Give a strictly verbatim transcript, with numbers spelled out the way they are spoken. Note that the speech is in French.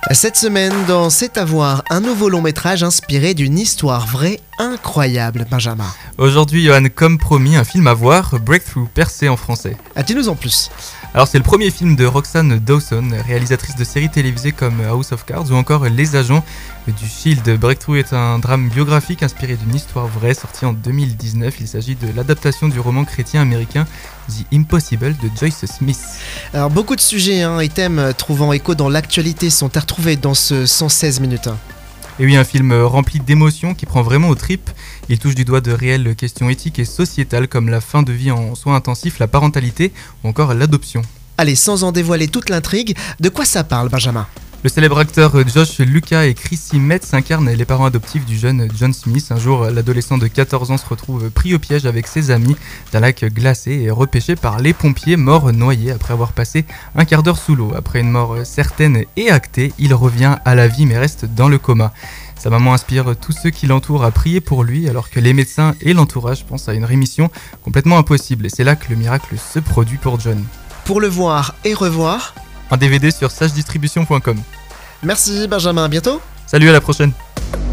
Cette semaine, dans C'est à voir, un nouveau long métrage inspiré d'une histoire vraie incroyable, Benjamin. Aujourd'hui, Johan, comme promis, un film à voir, Breakthrough, percé en français. Ah, dis-nous en plus. Alors c'est le premier film de Roxanne Dawson, réalisatrice de séries télévisées comme House of Cards ou encore Les Agents du Shield. Breakthrough est un drame biographique inspiré d'une histoire vraie sorti en deux mille dix-neuf. Il s'agit de l'adaptation du roman chrétien américain The Impossible de Joyce Smith. Alors beaucoup de sujets hein, et thèmes trouvant écho dans l'actualité sont à retrouver dans ce cent seize minutes. Et oui, un film rempli d'émotions qui prend vraiment aux tripes. Il touche du doigt de réelles questions éthiques et sociétales comme la fin de vie en soins intensifs, la parentalité ou encore l'adoption. Allez, sans en dévoiler toute l'intrigue, de quoi ça parle, Benjamin ? Le célèbre acteur Josh Lucas et Chrissy Metz incarnent les parents adoptifs du jeune John Smith. Un jour, l'adolescent de quatorze ans se retrouve pris au piège avec ses amis d'un lac glacé et repêché par les pompiers, mort noyé après avoir passé un quart d'heure sous l'eau. Après une mort certaine et actée, il revient à la vie mais reste dans le coma. Sa maman inspire tous ceux qui l'entourent à prier pour lui alors que les médecins et l'entourage pensent à une rémission complètement impossible. Et c'est là que le miracle se produit pour John. Pour le voir et revoir, un D V D sur sage distribution point com. Merci Benjamin, à bientôt. Salut, à la prochaine.